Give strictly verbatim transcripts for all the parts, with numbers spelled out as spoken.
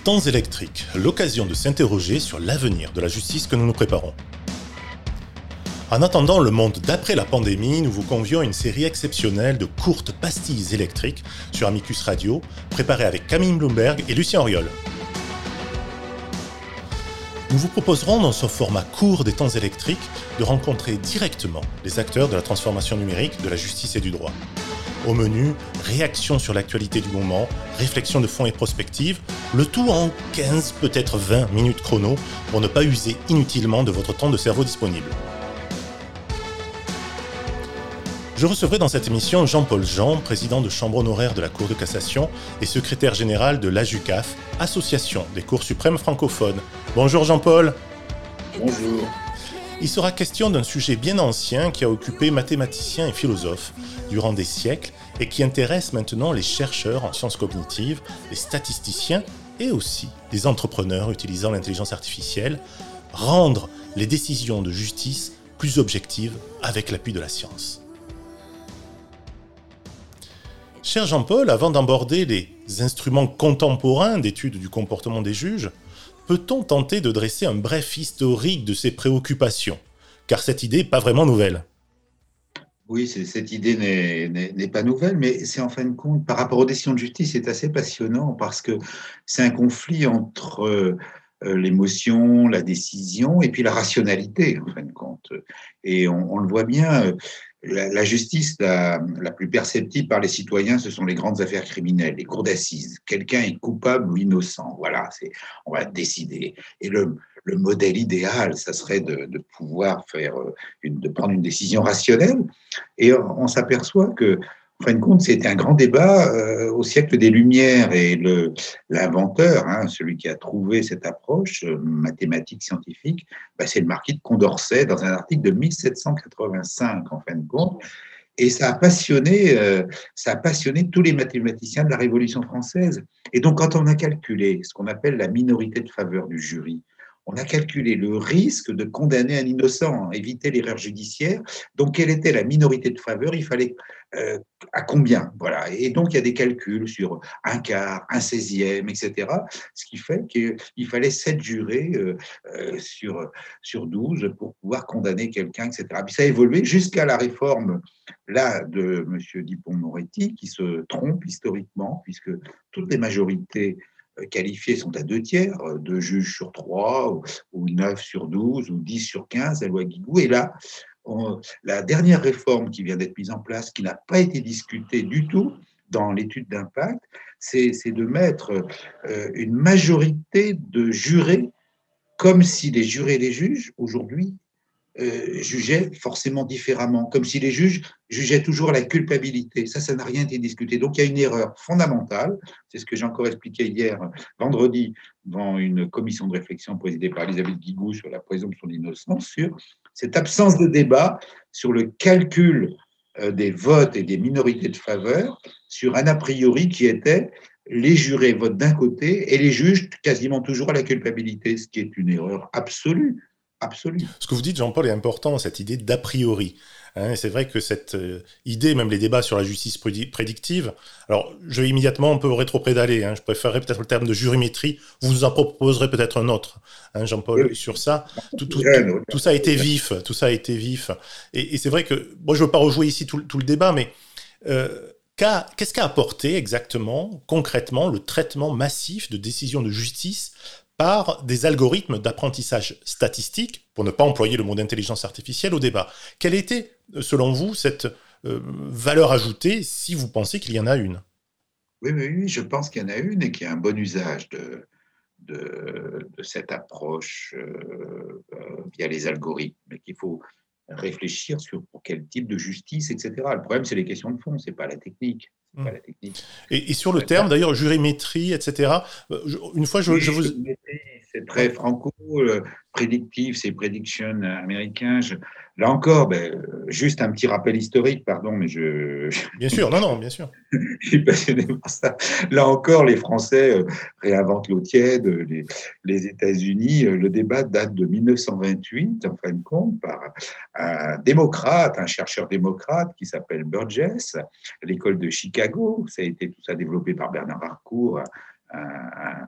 temps électriques, l'occasion de s'interroger sur l'avenir de la justice que nous nous préparons. En attendant le monde d'après la pandémie, nous vous convions à une série exceptionnelle de courtes pastilles électriques sur Amicus Radio, préparées avec Camille Bloomberg et Lucien Auriol. Nous vous proposerons dans ce format court des temps électriques de rencontrer directement les acteurs de la transformation numérique, de la justice et du droit. Au menu, réaction sur l'actualité du moment, réflexion de fond et prospective, le tout en quinze, peut-être vingt minutes chrono pour ne pas user inutilement de votre temps de cerveau disponible. Je recevrai dans cette émission Jean-Paul Jean, président de chambre honoraire de la Cour de cassation et secrétaire général de l'A J U C A F, Association des cours suprêmes francophones. Bonjour Jean-Paul. Bonjour. Il sera question d'un sujet bien ancien qui a occupé mathématiciens et philosophes durant des siècles et qui intéresse maintenant les chercheurs en sciences cognitives, les statisticiens et aussi les entrepreneurs utilisant l'intelligence artificielle, rendre les décisions de justice plus objectives avec l'appui de la science. Cher Jean-Paul, avant d'aborder les instruments contemporains d'étude du comportement des juges, peut-on tenter de dresser un bref historique de ces préoccupations ? Car cette idée n'est pas vraiment nouvelle. Oui, c'est, cette idée n'est, n'est, n'est pas nouvelle, mais c'est en fin de compte, par rapport aux décisions de justice, c'est assez passionnant parce que c'est un conflit entre euh, l'émotion, la décision et puis la rationalité, en fin de compte. Et on, on le voit bien, euh, la, la justice la, la plus perceptible par les citoyens, ce sont les grandes affaires criminelles, les cours d'assises. Quelqu'un est coupable ou innocent, voilà, c'est, on va décider. Et le, le modèle idéal, ça serait de, de pouvoir faire une, de prendre une décision rationnelle. Et on, on s'aperçoit que, en fin de compte, c'était un grand débat euh, au siècle des Lumières et le, l'inventeur, hein, celui qui a trouvé cette approche euh, mathématique scientifique, bah, c'est le marquis de Condorcet dans un article de mille sept cent quatre-vingt-cinq, en fin de compte. Et ça a passionné, euh, ça a passionné tous les mathématiciens de la Révolution française. Et donc, quand on a calculé ce qu'on appelle la minorité de faveur du jury, on a calculé le risque de condamner un innocent, éviter l'erreur judiciaire. Donc, quelle était la minorité de faveur ? Il fallait euh, à combien ? Voilà. Et donc, il y a des calculs sur un quart, un seizième, et cetera. Ce qui fait qu'il fallait sept jurés euh, euh, sur, sur douze pour pouvoir condamner quelqu'un, et cetera. Puis ça a évolué jusqu'à la réforme là, de M. Dupond-Moretti, qui se trompe historiquement, puisque toutes les majorités qualifiés sont à deux tiers, deux juges sur trois, ou, ou neuf sur douze, ou dix sur quinze, la loi Guigou. Et là, on, la dernière réforme qui vient d'être mise en place, qui n'a pas été discutée du tout dans l'étude d'impact, c'est, c'est de mettre euh, une majorité de jurés, comme si les jurés et les juges, aujourd'hui, Euh, jugeaient forcément différemment, comme si les juges jugeaient toujours la culpabilité. Ça, ça n'a rien été discuté. Donc, il y a une erreur fondamentale. C'est ce que j'ai encore expliqué hier, vendredi, devant une commission de réflexion présidée par Elisabeth Guigou sur la présomption d'innocence, sur cette absence de débat sur le calcul des votes et des minorités de faveur, sur un a priori qui était les jurés votent d'un côté et les juges quasiment toujours à la culpabilité, ce qui est une erreur absolue. Absolument. Ce que vous dites, Jean-Paul, est important, cette idée d'a priori. Hein, c'est vrai que cette euh, idée, même les débats sur la justice prédictive, alors je vais immédiatement un peu rétro-pédaler, hein, je préférerais peut-être le terme de jurimétrie, vous nous en proposerez peut-être un autre, hein, Jean-Paul, oui, sur ça. Tout, tout, tout, tout ça a été vif, tout ça a été vif. Et, et c'est vrai que, moi je ne veux pas rejouer ici tout, tout le débat, mais euh, qu'a, qu'est-ce qu'a apporté exactement, concrètement, le traitement massif de décisions de justice par des algorithmes d'apprentissage statistique, pour ne pas employer le mot d'intelligence artificielle au débat. Quelle était, selon vous, cette euh, valeur ajoutée, si vous pensez qu'il y en a une ? Oui, oui, oui, je pense qu'il y en a une et qu'il y a un bon usage de, de, de cette approche euh, euh, via les algorithmes, mais qu'il faut réfléchir sur pour quel type de justice, et cetera. Le problème, c'est les questions de fond, c'est pas la technique. Mmh. Pas la technique. Et, et sur le terme, d'ailleurs, jurimétrie, et cetera. Une fois, je, oui, je vous... C'est très franco, euh, prédictif, c'est prediction américain. Je, là encore, ben, juste un petit rappel historique, pardon, mais je... Bien sûr, non, non, bien sûr. Je suis passionné par ça. Là encore, les Français euh, réinventent l'eau tiède, les, les États-Unis. Euh, le débat date de mille neuf cent vingt-huit, en fin de compte, par un démocrate, un chercheur démocrate qui s'appelle Burgess, à l'école de Chicago. Ça a été tout ça développé par Bernard Harcourt, un, un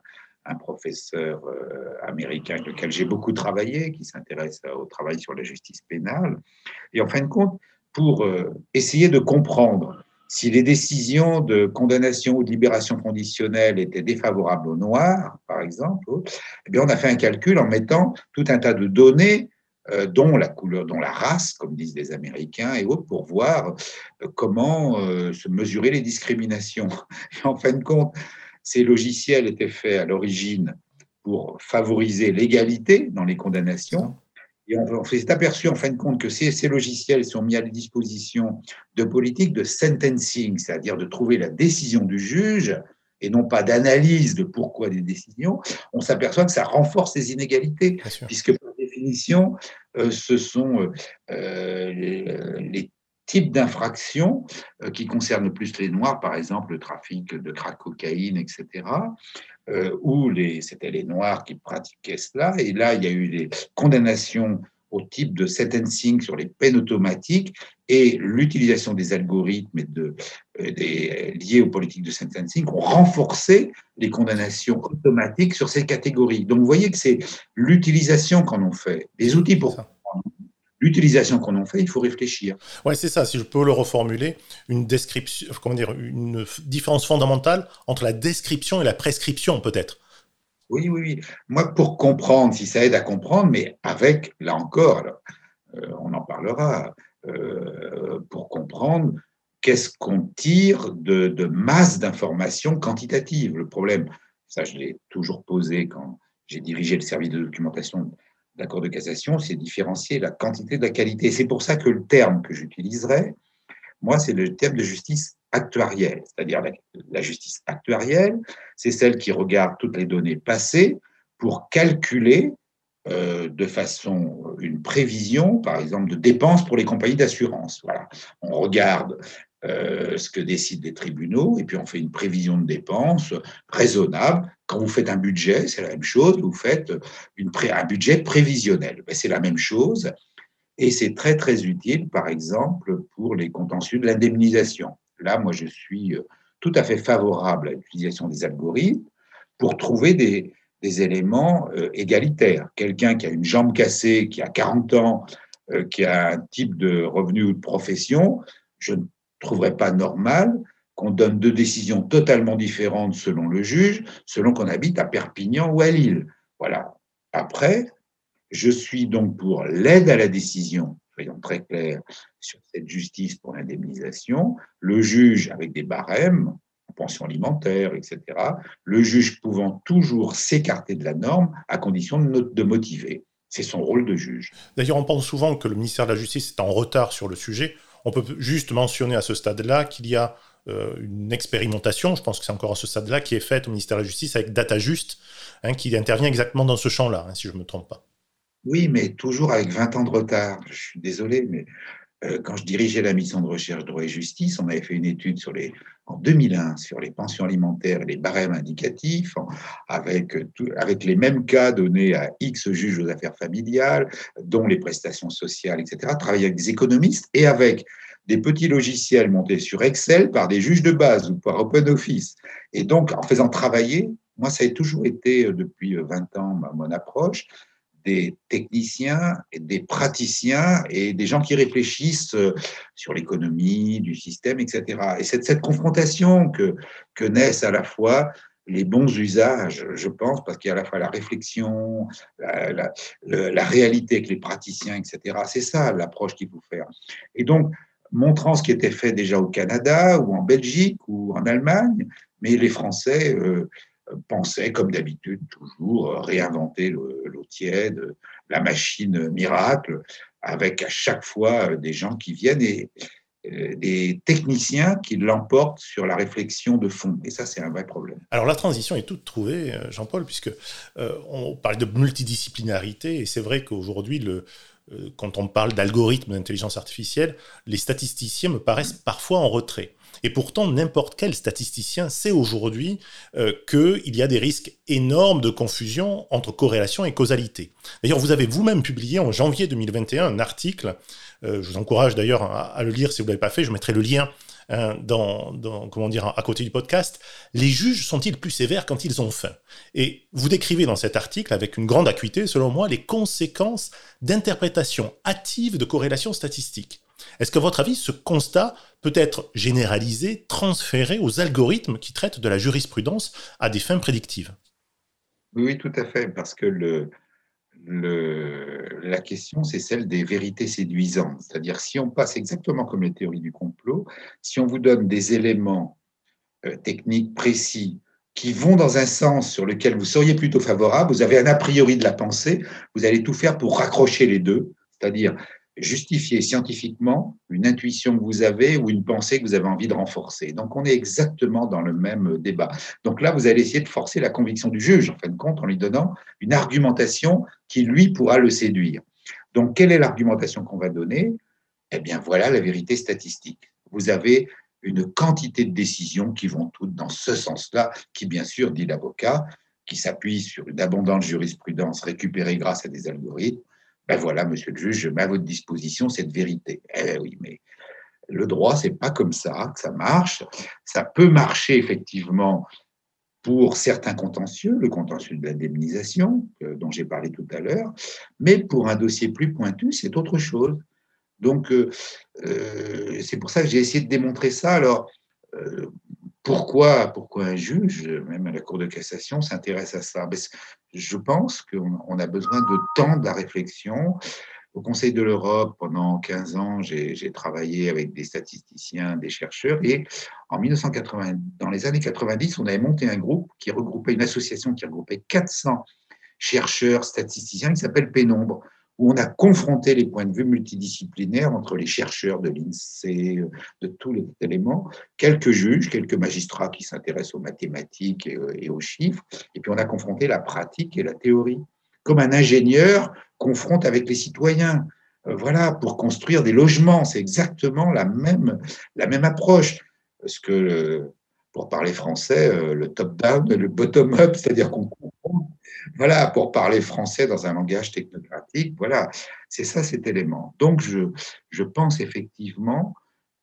un professeur euh, américain avec lequel j'ai beaucoup travaillé, qui s'intéresse au travail sur la justice pénale. Et en fin de compte, pour euh, essayer de comprendre si les décisions de condamnation ou de libération conditionnelle étaient défavorables aux Noirs, par exemple, eh bien, on a fait un calcul en mettant tout un tas de données, euh, dont la couleur, dont la race, comme disent les Américains et autres, pour voir euh, comment euh, se mesurer les discriminations. Et en fin de compte, ces logiciels étaient faits à l'origine pour favoriser l'égalité dans les condamnations. Et on, on s'est aperçu en fin de compte que ces, ces logiciels sont mis à la disposition de politiques de sentencing, c'est-à-dire de trouver la décision du juge et non pas d'analyse de pourquoi des décisions. On s'aperçoit que ça renforce les inégalités, puisque par définition, euh, ce sont euh, les, les types d'infractions euh, qui concernent le plus les Noirs, par exemple le trafic de crack cocaïne, et cetera, Euh, où les, c'était les Noirs qui pratiquaient cela. Et là, il y a eu des condamnations au type de sentencing sur les peines automatiques et l'utilisation des algorithmes et de, euh, des, liés aux politiques de sentencing ont renforcé les condamnations automatiques sur ces catégories. Donc, vous voyez que c'est l'utilisation qu'en ont fait. Les outils pour... L'utilisation qu'on en fait, il faut réfléchir. Ouais, c'est ça. Si je peux le reformuler, une description, comment dire, une différence fondamentale entre la description et la prescription, peut-être. Oui, oui, oui. Moi, pour comprendre, si ça aide à comprendre, mais avec, là encore, alors, euh, on en parlera, euh, pour comprendre qu'est-ce qu'on tire de, de masse d'informations quantitatives. Le problème, ça, je l'ai toujours posé quand j'ai dirigé le service de documentation de la Cour de cassation, c'est différencier la quantité de la qualité. C'est pour ça que le terme que j'utiliserai, moi, c'est le terme de justice actuarielle. C'est-à-dire la, la justice actuarielle, c'est celle qui regarde toutes les données passées pour calculer euh, de façon, une prévision, par exemple, de dépenses pour les compagnies d'assurance. Voilà. On regarde euh, ce que décident les tribunaux et puis on fait une prévision de dépenses raisonnable. Quand vous faites un budget, c'est la même chose. Vous faites une pré- un budget prévisionnel. Ben, c'est la même chose. Et c'est très, très utile, par exemple, pour les contentieux de l'indemnisation. Là, moi, je suis tout à fait favorable à l'utilisation des algorithmes pour trouver des, des éléments euh, égalitaires. Quelqu'un qui a une jambe cassée, qui a quarante ans, euh, qui a un type de revenu ou de profession, je ne trouverais pas normal qu'on donne deux décisions totalement différentes selon le juge, selon qu'on habite à Perpignan ou à Lille. Voilà. Après, je suis donc pour l'aide à la décision, soyons très clairs sur cette justice pour l'indemnisation, le juge avec des barèmes, pension alimentaire, et cetera, le juge pouvant toujours s'écarter de la norme à condition de, de motiver. C'est son rôle de juge. D'ailleurs, on pense souvent que le ministère de la Justice est en retard sur le sujet. On peut juste mentionner à ce stade-là qu'il y a euh, une expérimentation, je pense que c'est encore à ce stade-là, qui est faite au ministère de la Justice avec DataJust, hein, qui intervient exactement dans ce champ-là, hein, si je ne me trompe pas. Oui, mais toujours avec vingt ans de retard. Je suis désolé, mais euh, quand je dirigeais la mission de recherche droit et justice, on avait fait une étude sur les, en deux mille un sur les pensions alimentaires et les barèmes indicatifs, en, avec, tout, avec les mêmes cas donnés à X juges aux affaires familiales, dont les prestations sociales, et cetera, travailler avec des économistes et avec des petits logiciels montés sur Excel par des juges de base ou par OpenOffice. Et donc, en faisant travailler, moi, ça a toujours été, depuis vingt ans, mon approche, des techniciens, des praticiens et des gens qui réfléchissent sur l'économie du système, et cetera. Et c'est cette confrontation que, que naissent à la fois les bons usages, je pense, parce qu'il y a à la fois la réflexion, la, la, la réalité avec les praticiens, et cetera. C'est ça l'approche qu'il faut faire. Et donc, montrant ce qui était fait déjà au Canada ou en Belgique ou en Allemagne, mais les Français... Euh, pensait, comme d'habitude, toujours réinventer l'eau tiède, la machine miracle, avec à chaque fois des gens qui viennent et des techniciens qui l'emportent sur la réflexion de fond. Et ça, c'est un vrai problème. Alors, la transition est toute trouvée, Jean-Paul, puisque euh, on parle de multidisciplinarité, et c'est vrai qu'aujourd'hui, le, euh, quand on parle d'algorithmes d'intelligence artificielle, les statisticiens me paraissent parfois en retrait. Et pourtant, n'importe quel statisticien sait aujourd'hui euh, qu'il y a des risques énormes de confusion entre corrélation et causalité. D'ailleurs, vous avez vous-même publié en janvier deux mille vingt et un un article, euh, je vous encourage d'ailleurs à, à le lire si vous ne l'avez pas fait, je mettrai le lien hein, dans, dans, comment dire, à côté du podcast, les juges sont-ils plus sévères quand ils ont faim? Et vous décrivez dans cet article, avec une grande acuité, selon moi, les conséquences d'interprétation hâtive de corrélations statistiques. Est-ce qu'à votre avis, ce constat peut être généralisé, transféré aux algorithmes qui traitent de la jurisprudence à des fins prédictives? Oui, oui, tout à fait, parce que le, le, la question, c'est celle des vérités séduisantes. C'est-à-dire, si on passe exactement comme les théories du complot, si on vous donne des éléments euh, techniques précis qui vont dans un sens sur lequel vous seriez plutôt favorable, vous avez un a priori de la pensée, vous allez tout faire pour raccrocher les deux, c'est-à-dire justifier scientifiquement une intuition que vous avez ou une pensée que vous avez envie de renforcer. Donc, on est exactement dans le même débat. Donc là, vous allez essayer de forcer la conviction du juge, en fin de compte, en lui donnant une argumentation qui, lui, pourra le séduire. Donc, quelle est l'argumentation qu'on va donner? Eh bien, voilà la vérité statistique. Vous avez une quantité de décisions qui vont toutes dans ce sens-là, qui, bien sûr, dit l'avocat, qui s'appuie sur une abondante jurisprudence récupérée grâce à des algorithmes. Ben voilà, monsieur le juge, je mets à votre disposition cette vérité. Eh oui, mais le droit, c'est pas comme ça que ça marche. Ça peut marcher effectivement pour certains contentieux, le contentieux de l'indemnisation, euh, dont j'ai parlé tout à l'heure, mais pour un dossier plus pointu, c'est autre chose. Donc, euh, euh, c'est pour ça que j'ai essayé de démontrer ça. Alors, euh, pourquoi, pourquoi un juge, même à la Cour de cassation, s'intéresse à ça? Je pense qu'on a besoin de temps de la réflexion. Au Conseil de l'Europe, pendant quinze ans, j'ai, j'ai travaillé avec des statisticiens, des chercheurs, et en mille neuf cent quatre-vingts, dans les années quatre-vingt-dix, on avait monté un groupe qui regroupait, une association qui regroupait quatre cents chercheurs, statisticiens, qui s'appelle Pénombre, où on a confronté les points de vue multidisciplinaires entre les chercheurs de l'INSEE, de tous les éléments, quelques juges, quelques magistrats qui s'intéressent aux mathématiques et, et aux chiffres, et puis on a confronté la pratique et la théorie, comme un ingénieur confronte avec les citoyens, euh, voilà, pour construire des logements. C'est exactement la même, la même approche. Parce que, euh, pour parler français, euh, le top-down, le bottom-up, c'est-à-dire qu'on comprend. Voilà, pour parler français dans un langage technocratique, voilà, c'est ça cet élément. Donc, je, je pense effectivement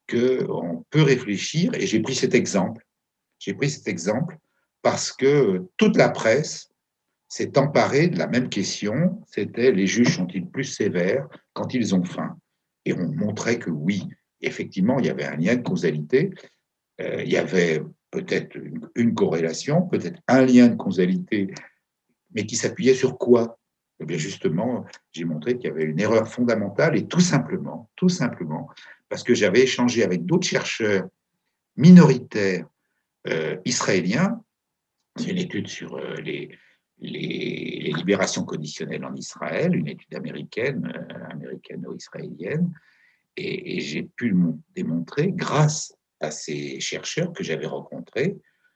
qu'on peut réfléchir, et j'ai pris cet exemple, j'ai pris cet exemple parce que toute la presse s'est emparée de la même question, c'était les juges sont-ils plus sévères quand ils ont faim? Et on montrait que oui, effectivement, il y avait un lien de causalité, euh, il y avait peut-être une, une corrélation, peut-être un lien de causalité, mais qui s'appuyait sur quoi? Eh bien justement, j'ai montré qu'il y avait une erreur fondamentale et tout simplement, tout simplement, parce que j'avais échangé avec d'autres chercheurs minoritaires euh, israéliens. C'est une étude sur euh, les, les, les libérations conditionnelles en Israël, une étude américaine, euh, américano-israélienne, et, et j'ai pu le démontrer grâce à ces chercheurs que j'avais rencontrés,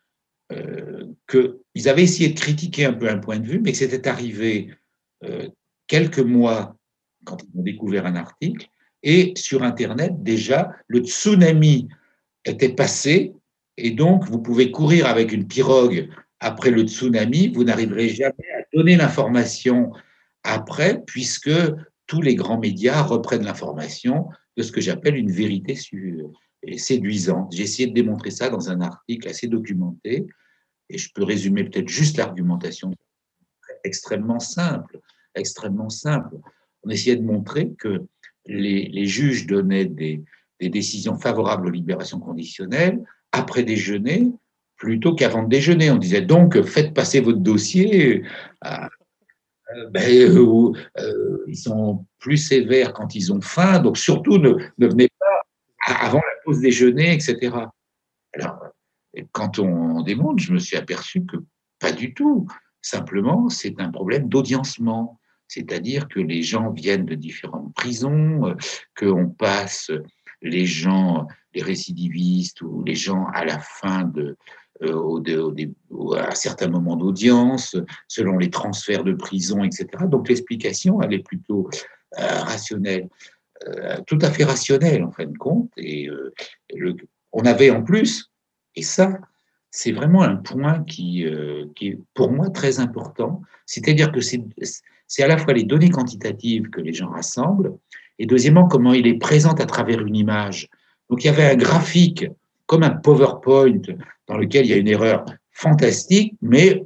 Euh, qu'ils avaient essayé de critiquer un peu un point de vue, mais que c'était arrivé euh, quelques mois quand ils ont découvert un article, et sur Internet, déjà, le tsunami était passé, et donc vous pouvez courir avec une pirogue après le tsunami, vous n'arriverez jamais à donner l'information après, puisque tous les grands médias reprennent l'information de ce que j'appelle une vérité séduisante. J'ai essayé de démontrer ça dans un article assez documenté, et je peux résumer peut-être juste l'argumentation extrêmement simple, extrêmement simple. On essayait de montrer que les, les juges donnaient des, des décisions favorables aux libérations conditionnelles après déjeuner plutôt qu'avant de déjeuner. On disait donc faites passer votre dossier. À, ben, euh, euh, ils sont plus sévères quand ils ont faim, donc surtout ne, ne venez pas avant la pause déjeuner, et cetera. Alors, quand on démonte, je me suis aperçu que pas du tout. Simplement, c'est un problème d'audiencement. C'est-à-dire que les gens viennent de différentes prisons, qu'on passe les gens, les récidivistes ou les gens à la fin de, euh, au, au, à certains moments d'audience, selon les transferts de prison, et cetera. Donc l'explication, elle est plutôt euh, rationnelle, euh, tout à fait rationnelle en fin de compte. Et euh, le, on avait en plus, et ça, c'est vraiment un point qui, euh, qui est pour moi très important, c'est-à-dire que c'est, c'est à la fois les données quantitatives que les gens rassemblent, et deuxièmement, comment il est présent à travers une image. Donc il y avait un graphique, comme un PowerPoint, dans lequel il y a une erreur fantastique, mais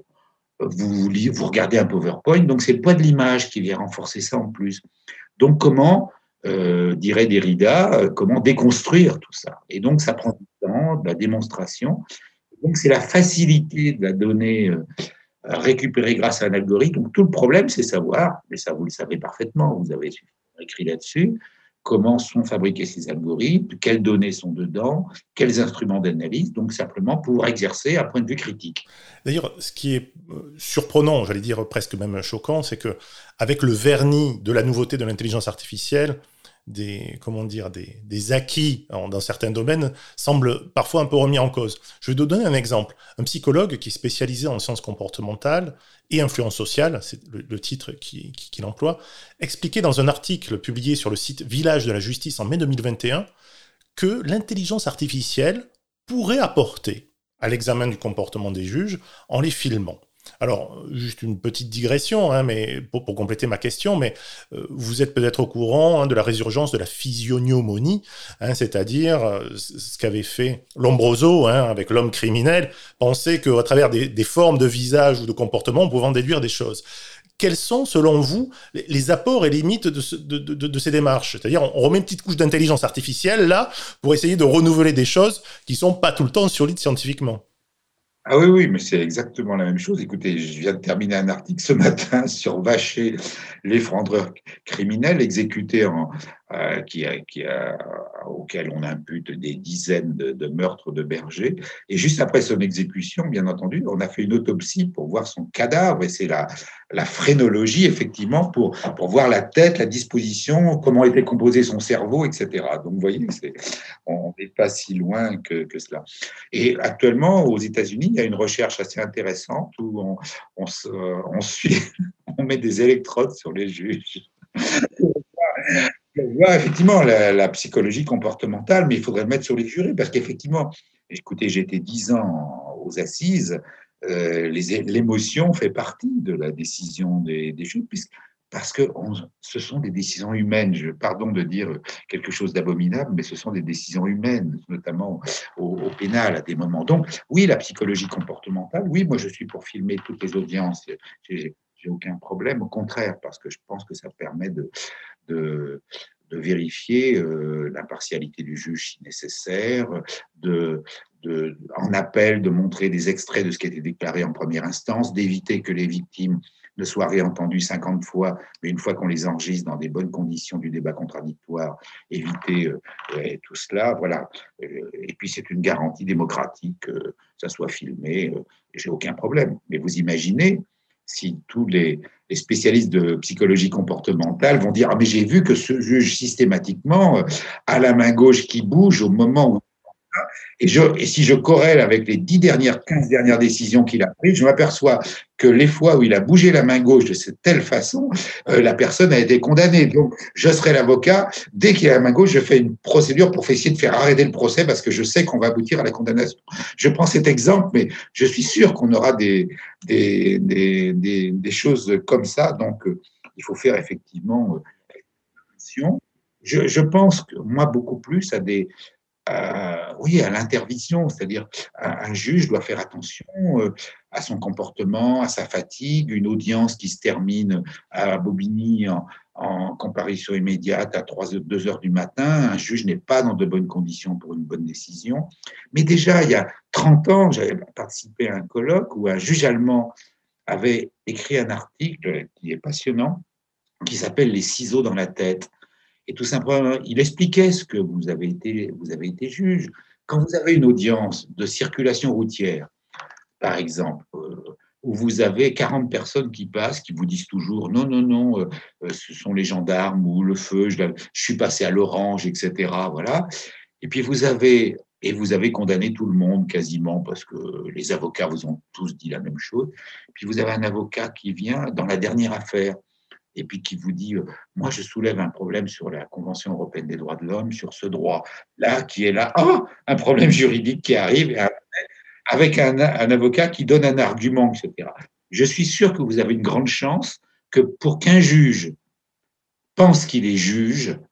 vous, vous regardez un PowerPoint, donc c'est le poids de l'image qui vient renforcer ça en plus. Donc comment, euh, dirait Derrida, euh, comment déconstruire tout ça? Et donc ça prend du temps, de la démonstration. Donc c'est la facilité de la donnée euh, récupérée grâce à un algorithme. Donc tout le problème, c'est savoir, mais ça vous le savez parfaitement, vous avez écrit là-dessus, comment sont fabriqués ces algorithmes, quelles données sont dedans, quels instruments d'analyse, donc simplement pouvoir exercer un point de vue critique. D'ailleurs, ce qui est surprenant, j'allais dire presque même choquant, c'est que avec le vernis de la nouveauté de l'intelligence artificielle, des, comment dire, des, des acquis dans certains domaines semblent parfois un peu remis en cause. Je vais te donner un exemple. Un psychologue qui est spécialisé en sciences comportementales et influence sociale, c'est le, le titre qu'il qui, qui emploie, expliquait dans un article publié sur le site Village de la Justice en mai deux mille vingt et un que l'intelligence artificielle pourrait apporter à l'examen du comportement des juges en les filmant. Alors, juste une petite digression, hein, mais pour, pour compléter ma question, mais euh, vous êtes peut-être au courant hein, de la résurgence de la physiognomonie, hein, c'est-à-dire euh, ce qu'avait fait Lombroso hein, avec l'homme criminel, penser qu'à travers des, des formes de visage ou de comportement, on pouvait en déduire des choses. Quels sont, selon vous, les apports et limites de, ce, de, de, de ces démarches? C'est-à-dire, on remet une petite couche d'intelligence artificielle, là, pour essayer de renouveler des choses qui ne sont pas tout le temps solides scientifiquement. Ah oui, oui, mais c'est exactement la même chose. Écoutez, je viens de terminer un article ce matin sur Vacher, l'effondreur criminel exécuté en, euh, qui a, qui a, auquel on impute des dizaines de, de meurtres de bergers. Et juste après son exécution, bien entendu, on a fait une autopsie pour voir son cadavre. Et c'est la, la phrénologie, effectivement, pour, pour voir la tête, la disposition, comment était composé son cerveau, et cetera. Donc, vous voyez, c'est, on n'est pas si loin que, que cela. Et actuellement, aux États-Unis, il y a une recherche assez intéressante où on, on, se, on suit, on met des électrodes sur les juges. On voit effectivement la, la psychologie comportementale, mais il faudrait le mettre sur les jurés parce qu'effectivement, écoutez, j'ai été dix ans aux assises, euh, les, l'émotion fait partie de la décision des, des juges, puisque parce que on, ce sont des décisions humaines. Je, pardon de dire quelque chose d'abominable, mais ce sont des décisions humaines, notamment au, au pénal à des moments. Donc, oui, la psychologie comportementale, oui, moi je suis pour filmer toutes les audiences. J'ai, j'ai aucun problème, au contraire, parce que je pense que ça permet de, de, de vérifier euh, l'impartialité du juge si nécessaire, de, de, en appel, de montrer des extraits de ce qui a été déclaré en première instance, d'éviter que les victimes ne soient réentendues cinquante fois, mais une fois qu'on les enregistre dans des bonnes conditions du débat contradictoire, éviter euh, tout cela. Voilà. Et puis, c'est une garantie démocratique que ça soit filmé. Euh, j'ai aucun problème. Mais vous imaginez si tous les, les spécialistes de psychologie comportementale vont dire « Ah, mais j'ai vu que ce juge, systématiquement, euh, a la main gauche qui bouge au moment où… » Et, je, et si je corrèle avec les dix dernières, quinze dernières décisions qu'il a prises, je m'aperçois que les fois où il a bougé la main gauche de cette telle façon, euh, la personne a été condamnée. Donc, je serai l'avocat. Dès qu'il a la main gauche, je fais une procédure pour essayer de faire arrêter le procès parce que je sais qu'on va aboutir à la condamnation. Je prends cet exemple, mais je suis sûr qu'on aura des, des, des, des, des choses comme ça. Donc, euh, il faut faire effectivement euh, attention. Je, je pense que moi, beaucoup plus à des… Euh, oui, à l'intervision, c'est-à-dire un, un juge doit faire attention euh, à son comportement, à sa fatigue. Une audience qui se termine à Bobigny en, en comparution immédiate à trois, deux heures du matin, un juge n'est pas dans de bonnes conditions pour une bonne décision. Mais déjà, il y a trente ans, j'avais participé à un colloque où un juge allemand avait écrit un article qui est passionnant, qui s'appelle « Les ciseaux dans la tête ». Et tout simplement, il expliquait ce que vous avez été, vous avez été juge. Quand vous avez une audience de circulation routière, par exemple, euh, où vous avez quarante personnes qui passent, qui vous disent toujours non, non, non, euh, ce sont les gendarmes ou le feu, je, je suis passé à l'orange, et cetera. Voilà. Et puis vous avez, et vous avez condamné tout le monde quasiment parce que les avocats vous ont tous dit la même chose. Puis vous avez un avocat qui vient dans la dernière affaire et puis qui vous dit, euh, moi je soulève un problème sur la Convention européenne des droits de l'homme, sur ce droit-là, qui est là, oh, un problème juridique qui arrive, et avec un, un avocat qui donne un argument, et cetera. Je suis sûr que vous avez une grande chance que pour qu'un juge pense qu'il est juge,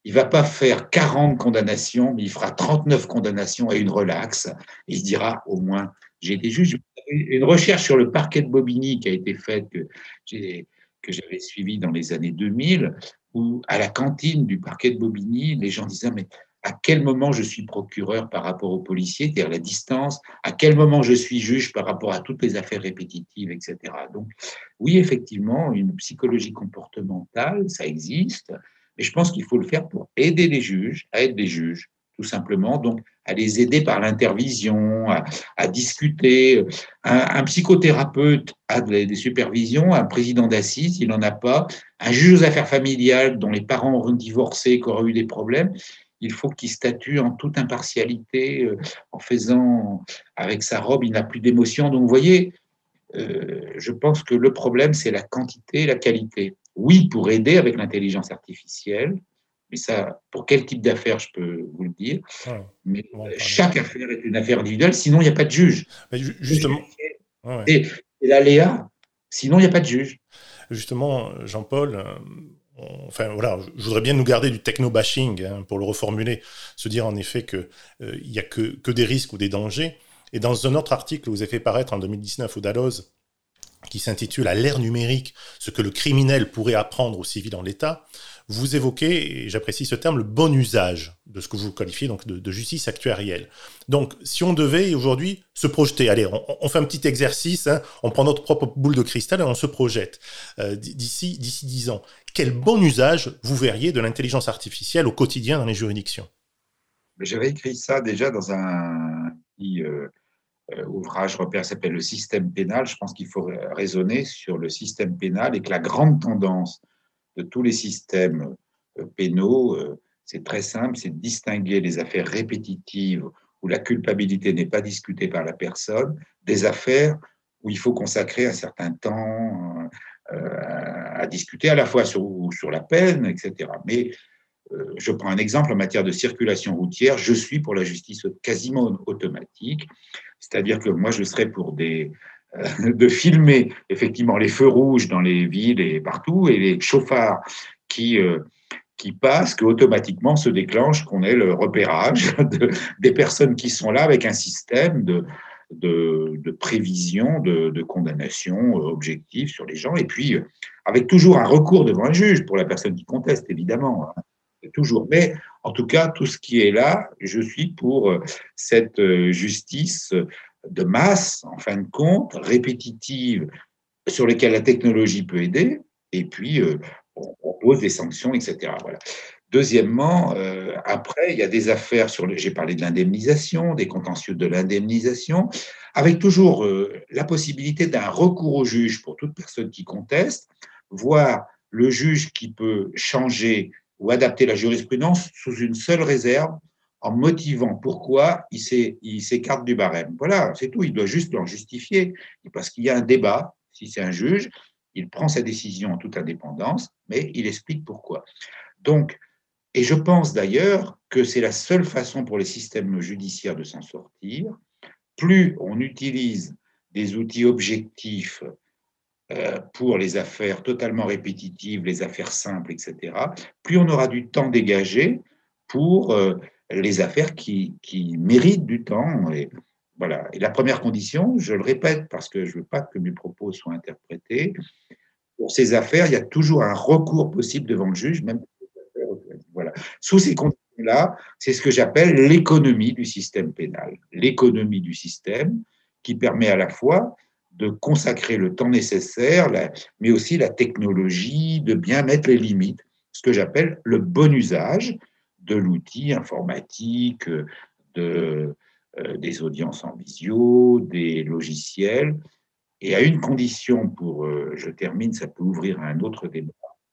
il ne va pas faire quarante condamnations, mais il fera trente-neuf condamnations et une relaxe. Et il se dira, au moins, j'ai été juge. Une recherche sur le parquet de Bobigny qui a été faite, que, j'ai, que j'avais suivie dans les années deux mille, où à la cantine du parquet de Bobigny, les gens disaient, mais à quel moment je suis procureur par rapport aux policiers, c'est-à-dire la distance, à quel moment je suis juge par rapport à toutes les affaires répétitives, et cetera. Donc, oui, effectivement, une psychologie comportementale, ça existe, mais je pense qu'il faut le faire pour aider les juges à être des juges, tout simplement, donc à les aider par l'intervision, à, à discuter. Un, un psychothérapeute a des, des supervisions, un président d'assises, il n'en a pas, un juge aux affaires familiales dont les parents ont divorcé, qui auraient eu des problèmes, il faut qu'il statue en toute impartialité, euh, en faisant avec sa robe, il n'a plus d'émotion. Donc, vous voyez, euh, je pense que le problème, c'est la quantité et la qualité. Oui, pour aider avec l'intelligence artificielle, mais ça, pour quel type d'affaires, je peux vous le dire. Ouais, Mais on va en parler. chaque affaire est une affaire individuelle, sinon il n'y a pas de juge. Mais ju- justement, ouais, ouais. Et, et l'aléa, sinon il n'y a pas de juge. Justement, Jean-Paul, euh, on- enfin voilà, je voudrais bien nous garder du techno-bashing, hein, pour le reformuler, se dire en effet qu'il n'y a que, que des risques ou des dangers. Et dans un autre article que vous avez fait paraître en deux mille dix-neuf au Dalloz, qui s'intitule « À l'ère numérique, ce que le criminel pourrait apprendre au civil en l'État », vous évoquez, et j'apprécie ce terme, le bon usage de ce que vous qualifiez donc de, de justice actuarielle. Donc, si on devait aujourd'hui se projeter, allez, on, on fait un petit exercice, hein, on prend notre propre boule de cristal et on se projette euh, d'ici d'ici dix ans. Quel bon usage vous verriez de l'intelligence artificielle au quotidien dans les juridictions? J'avais écrit ça déjà dans un petit euh, ouvrage repère qui s'appelle Le système pénal. Je pense qu'il faut raisonner sur le système pénal et que la grande tendance de tous les systèmes pénaux, c'est très simple, c'est de distinguer les affaires répétitives où la culpabilité n'est pas discutée par la personne, des affaires où il faut consacrer un certain temps à discuter à la fois sur, sur la peine, et cetera. Mais je prends un exemple en matière de circulation routière, je suis pour la justice quasiment automatique, c'est-à-dire que moi je serais pour des, de filmer effectivement les feux rouges dans les villes et partout, et les chauffards qui, euh, qui passent, qu'automatiquement se déclenche, qu'on ait le repérage de, des personnes qui sont là avec un système de, de, de prévision, de, de condamnation objective sur les gens, et puis avec toujours un recours devant un juge pour la personne qui conteste, évidemment. Toujours. Mais en tout cas, tout ce qui est là, je suis pour cette justice de masse, en fin de compte, répétitive, sur lesquelles la technologie peut aider, et puis euh, on propose des sanctions, et cetera. Voilà. Deuxièmement, euh, après, il y a des affaires sur le, j'ai parlé de l'indemnisation, des contentieux de l'indemnisation, avec toujours euh, la possibilité d'un recours au juge pour toute personne qui conteste, voire le juge qui peut changer ou adapter la jurisprudence sous une seule réserve, en motivant pourquoi il s'écarte du barème. Voilà, c'est tout. Il doit juste l'en justifier, parce qu'il y a un débat. Si c'est un juge, il prend sa décision en toute indépendance, mais il explique pourquoi. Donc, et je pense d'ailleurs que c'est la seule façon pour les systèmes judiciaires de s'en sortir. Plus on utilise des outils objectifs pour les affaires totalement répétitives, les affaires simples, et cetera, plus on aura du temps dégagé pour les affaires qui, qui méritent du temps. Et, voilà. Et la première condition, je le répète parce que je ne veux pas que mes propos soient interprétés, pour ces affaires, il y a toujours un recours possible devant le juge, même voilà. Sous ces conditions-là, c'est ce que j'appelle l'économie du système pénal. L'économie du système qui permet à la fois de consacrer le temps nécessaire, mais aussi la technologie, de bien mettre les limites, ce que j'appelle le bon usage de l'outil informatique, de, euh, des audiences en visio, des logiciels, et à une condition pour, euh, je termine, ça peut ouvrir à un autre débat,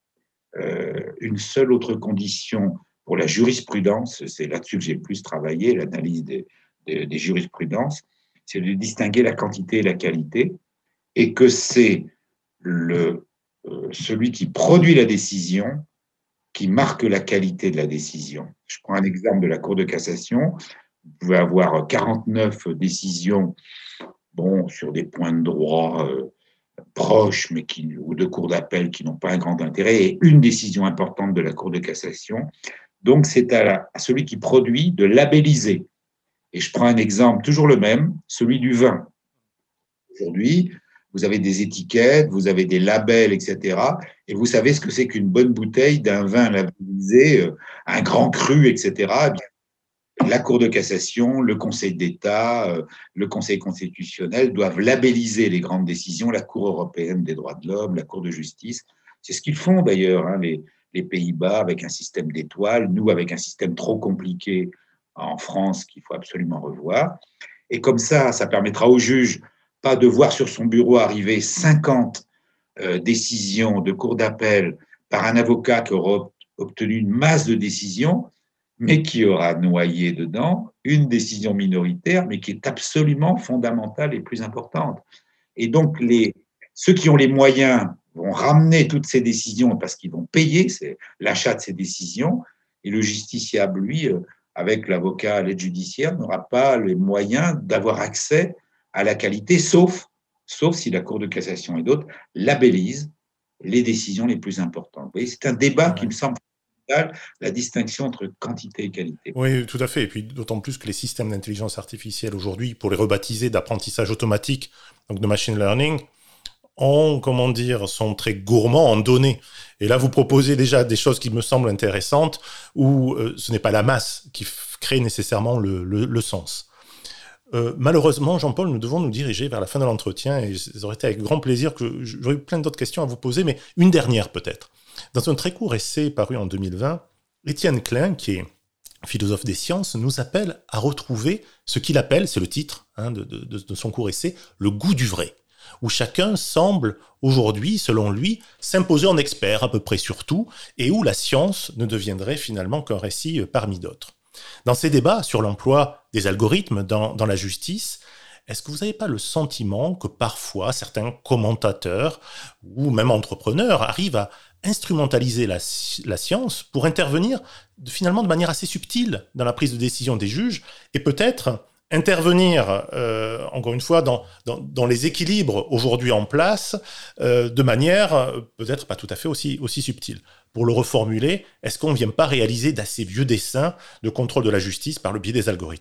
euh, une seule autre condition pour la jurisprudence, c'est là-dessus que j'ai le plus travaillé, l'analyse des, des, des jurisprudences, c'est de distinguer la quantité et la qualité, et que c'est le, euh, celui qui produit la décision qui marque la qualité de la décision. Je prends un exemple de la Cour de cassation. Vous pouvez avoir quarante-neuf décisions, bon, sur des points de droit euh, proches, mais qui, ou de cours d'appel qui n'ont pas un grand intérêt, et une décision importante de la Cour de cassation. Donc, c'est à, à celui qui produit de labelliser. Et je prends un exemple, toujours le même, celui du vin. Aujourd'hui, vous avez des étiquettes, vous avez des labels, et cetera. Et vous savez ce que c'est qu'une bonne bouteille d'un vin labellisé, un grand cru, et cetera. Eh bien, la Cour de cassation, le Conseil d'État, le Conseil constitutionnel doivent labelliser les grandes décisions, la Cour européenne des droits de l'homme, la Cour de justice. C'est ce qu'ils font d'ailleurs, hein, les, les Pays-Bas avec un système d'étoiles, nous avec un système trop compliqué en France qu'il faut absolument revoir. Et comme ça, ça permettra aux juges pas de voir sur son bureau arriver cinquante euh, décisions de cour d'appel par un avocat qui aura obtenu une masse de décisions, mais qui aura noyé dedans une décision minoritaire, mais qui est absolument fondamentale et plus importante. Et donc, les, ceux qui ont les moyens vont ramener toutes ces décisions parce qu'ils vont payer c'est l'achat de ces décisions, et le justiciable, lui, avec l'avocat à l'aide judiciaire, n'aura pas les moyens d'avoir accès à la qualité, sauf, sauf si la Cour de cassation et d'autres labellisent les décisions les plus importantes. Vous voyez, c'est un débat qui me semble fondamental, la distinction entre quantité et qualité. Oui, tout à fait. Et puis d'autant plus que les systèmes d'intelligence artificielle aujourd'hui, pour les rebaptiser d'apprentissage automatique, donc de machine learning, ont, comment dire, sont très gourmands en données. Et là, vous proposez déjà des choses qui me semblent intéressantes, où euh, ce n'est pas la masse qui f- crée nécessairement le, le, le sens. Euh, malheureusement, Jean-Paul, nous devons nous diriger vers la fin de l'entretien, et ça aurait été avec grand plaisir que j'aurais eu plein d'autres questions à vous poser, mais une dernière peut-être. Dans un très court essai paru en deux mille vingt, Étienne Klein, qui est philosophe des sciences, nous appelle à retrouver ce qu'il appelle, c'est le titre hein, de, de, de son court essai, le goût du vrai, où chacun semble aujourd'hui, selon lui, s'imposer en expert à peu près sur tout, et où la science ne deviendrait finalement qu'un récit parmi d'autres. Dans ces débats sur l'emploi des algorithmes dans, dans la justice, est-ce que vous n'avez pas le sentiment que parfois certains commentateurs ou même entrepreneurs arrivent à instrumentaliser la, la science pour intervenir de, finalement de manière assez subtile dans la prise de décision des juges et peut-être intervenir, euh, encore une fois, dans, dans, dans les équilibres aujourd'hui en place euh, de manière euh, peut-être pas tout à fait aussi, aussi subtile. Pour le reformuler, est-ce qu'on ne vient pas réaliser d'assez vieux dessins de contrôle de la justice par le biais des algorithmes ?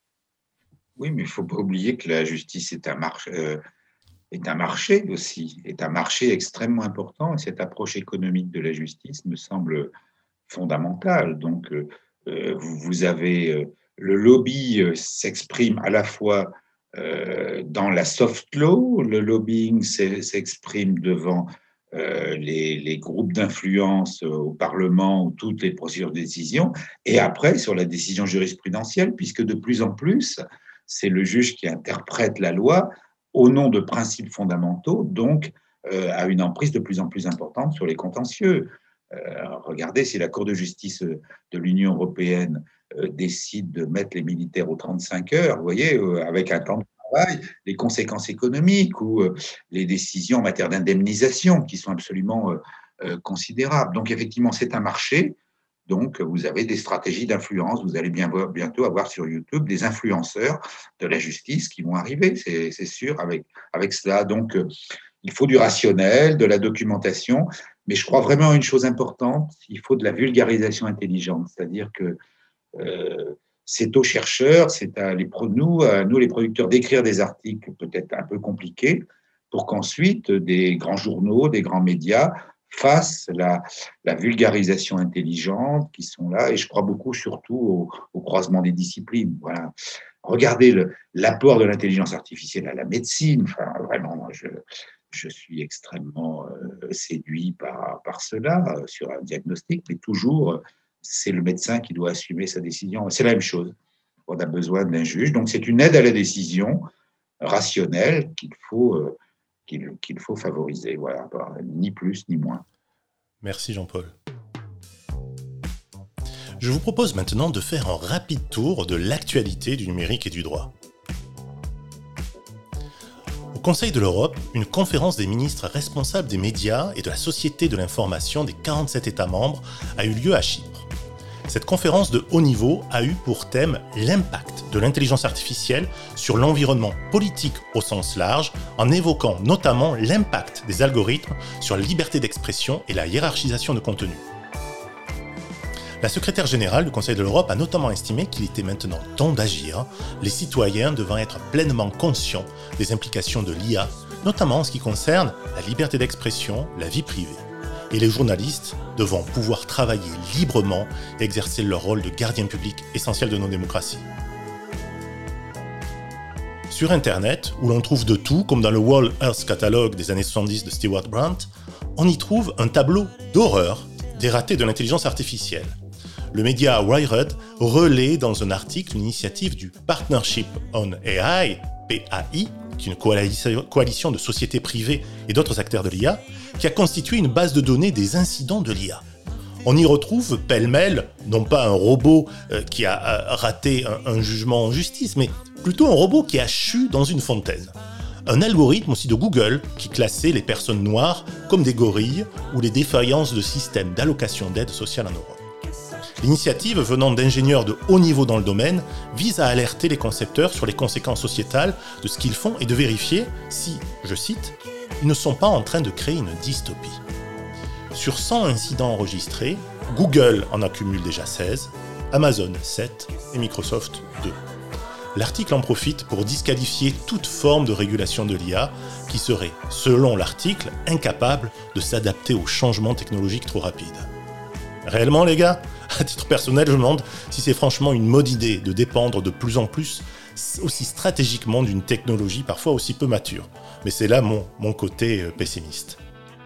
Oui, mais il ne faut pas oublier que la justice est un, marché, euh, est un marché aussi, est un marché extrêmement important. Et cette approche économique de la justice me semble fondamentale. Donc, euh, vous, vous avez... Euh, le lobby euh, s'exprime à la fois euh, dans la soft law, le lobbying s'exprime devant euh, les, les groupes d'influence au Parlement ou toutes les procédures de décision, et après sur la décision jurisprudentielle, puisque de plus en plus, c'est le juge qui interprète la loi au nom de principes fondamentaux, donc euh, a une emprise de plus en plus importante sur les contentieux. Euh, regardez, si la Cour de justice de l'Union européenne euh, décide de mettre les militaires aux trente-cinq heures, vous voyez, euh, avec un temps de travail, les conséquences économiques ou euh, les décisions en matière d'indemnisation qui sont absolument euh, euh, considérables. Donc, effectivement, c'est un marché. Donc, vous avez des stratégies d'influence. Vous allez bien voir, bientôt avoir sur YouTube des influenceurs de la justice qui vont arriver, c'est, c'est sûr, avec, avec cela. Donc, euh, il faut du rationnel, de la documentation. Mais je crois vraiment à une chose importante, il faut de la vulgarisation intelligente. C'est-à-dire que euh, c'est aux chercheurs, c'est à les, nous, à nous les producteurs, d'écrire des articles peut-être un peu compliqués pour qu'ensuite des grands journaux, des grands médias fassent la, la vulgarisation intelligente qui sont là. Et je crois beaucoup surtout au, au croisement des disciplines. Voilà. Regardez le, l'apport de l'intelligence artificielle à la médecine. Enfin, vraiment, je... Je suis extrêmement euh, séduit par, par cela, euh, sur un diagnostic, mais toujours, euh, c'est le médecin qui doit assumer sa décision. C'est la même chose. On a besoin d'un juge. Donc, c'est une aide à la décision rationnelle qu'il faut, euh, qu'il, qu'il faut favoriser. Voilà, ni plus ni moins. Merci Jean-Paul. Je vous propose maintenant de faire un rapide tour de l'actualité du numérique et du droit. Au Conseil de l'Europe, une conférence des ministres responsables des médias et de la société de l'information des quarante-sept États membres a eu lieu à Chypre. Cette conférence de haut niveau a eu pour thème l'impact de l'intelligence artificielle sur l'environnement politique au sens large, en évoquant notamment l'impact des algorithmes sur la liberté d'expression et la hiérarchisation de contenu. La secrétaire générale du Conseil de l'Europe a notamment estimé qu'il était maintenant temps d'agir, les citoyens devant être pleinement conscients des implications de l'I A, notamment en ce qui concerne la liberté d'expression, la vie privée, et les journalistes devant pouvoir travailler librement et exercer leur rôle de gardien public essentiel de nos démocraties. Sur Internet, où l'on trouve de tout, comme dans le World Earth Catalog des années soixante-dix de Stewart Brand, on y trouve un tableau d'horreur des ratés de l'intelligence artificielle. Le média Wired relaie dans un article une initiative du Partnership on A I, P A I, qui est une coalition de sociétés privées et d'autres acteurs de l'I A, qui a constitué une base de données des incidents de l'I A. On y retrouve pêle-mêle, non pas un robot euh, qui a euh, raté un, un jugement en justice, mais plutôt un robot qui a chu dans une fontaine. Un algorithme aussi de Google qui classait les personnes noires comme des gorilles ou les défaillances de systèmes d'allocation d'aide sociale en Europe. L'initiative, venant d'ingénieurs de haut niveau dans le domaine, vise à alerter les concepteurs sur les conséquences sociétales de ce qu'ils font et de vérifier si, je cite, « ils ne sont pas en train de créer une dystopie ». Sur cent incidents enregistrés, Google en accumule déjà seize, Amazon sept et Microsoft deux. L'article en profite pour disqualifier toute forme de régulation de l'I A qui serait, selon l'article, incapable de s'adapter aux changements technologiques trop rapides. Réellement, les gars, à titre personnel, je me demande si c'est franchement une mauvaise idée de dépendre de plus en plus aussi stratégiquement d'une technologie parfois aussi peu mature. Mais c'est là mon, mon côté pessimiste.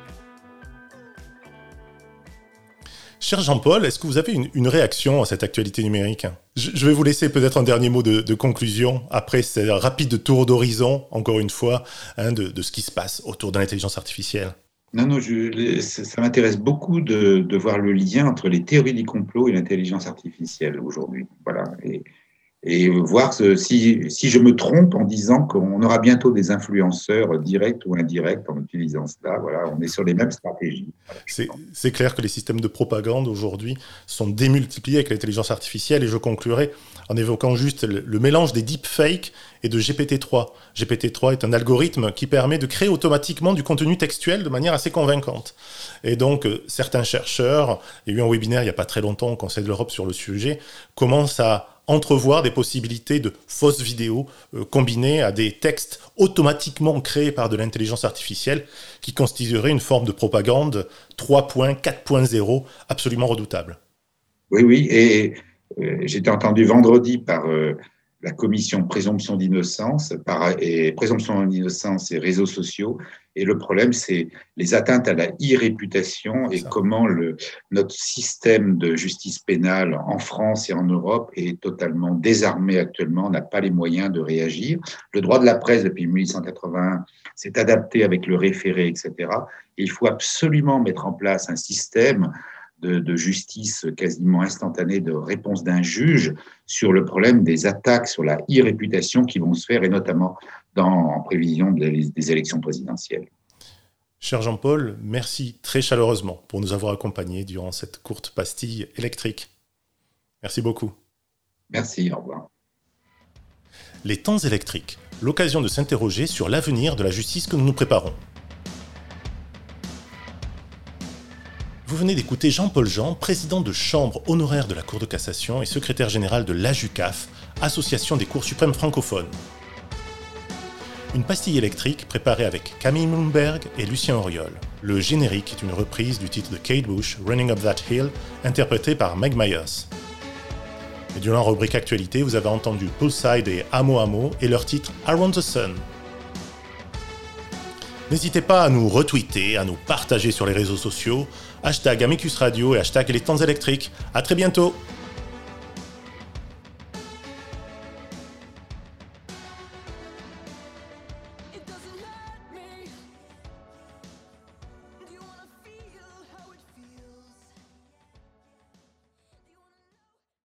Cher Jean-Paul, est-ce que vous avez une, une réaction à cette actualité numérique ? je, je vais vous laisser peut-être un dernier mot de, de conclusion, après ce rapide tour d'horizon, encore une fois, hein, de, de ce qui se passe autour de l'intelligence artificielle. Non, non, je, ça m'intéresse beaucoup de, de voir le lien entre les théories du complot et l'intelligence artificielle aujourd'hui. Voilà. Et, et voir ce, si, si je me trompe en disant qu'on aura bientôt des influenceurs directs ou indirects en utilisant cela. Voilà, on est sur les mêmes stratégies. Voilà, c'est, c'est clair que les systèmes de propagande aujourd'hui sont démultipliés avec l'intelligence artificielle, et je conclurai en évoquant juste le, le mélange des deepfakes et de G P T trois. G P T trois est un algorithme qui permet de créer automatiquement du contenu textuel de manière assez convaincante. Et donc, euh, certains chercheurs, il y a eu un webinaire il n'y a pas très longtemps au Conseil de l'Europe sur le sujet, commencent à entrevoir des possibilités de fausses vidéos euh, combinées à des textes automatiquement créés par de l'intelligence artificielle qui constituerait une forme de propagande trois point quatre point zéro absolument redoutable. Oui, oui, et euh, j'ai été entendu vendredi par euh, la commission présomption d'innocence, par, et présomption d'innocence et réseaux sociaux, et le problème, c'est les atteintes à la e-réputation et comment le, notre système de justice pénale en France et en Europe est totalement désarmé actuellement, n'a pas les moyens de réagir. Le droit de la presse, depuis mille huit cent quatre-vingt-un, s'est adapté avec le référé, et cetera. Et il faut absolument mettre en place un système de, de justice quasiment instantanée, de réponse d'un juge sur le problème des attaques sur la e-réputation qui vont se faire, et notamment dans, en prévision des, des élections présidentielles. Cher Jean-Paul, merci très chaleureusement pour nous avoir accompagnés durant cette courte pastille électrique. Merci beaucoup. Merci, au revoir. Les temps électriques, l'occasion de s'interroger sur l'avenir de la justice que nous nous préparons. Vous venez d'écouter Jean-Paul Jean, président de chambre honoraire de la Cour de cassation et secrétaire général de l'A J U C A F, Association des cours suprêmes francophones. Une pastille électrique préparée avec Camille Moonberg et Lucien Auriol. Le générique est une reprise du titre de Kate Bush, Running Up That Hill, interprété par Meg Myers. Et durant la rubrique Actualité, vous avez entendu Poolside et Amo Amo et leur titre Around the Sun. N'hésitez pas à nous retweeter, à nous partager sur les réseaux sociaux, hashtag Amicus Radio et hashtag Les Temps électriques. À très bientôt!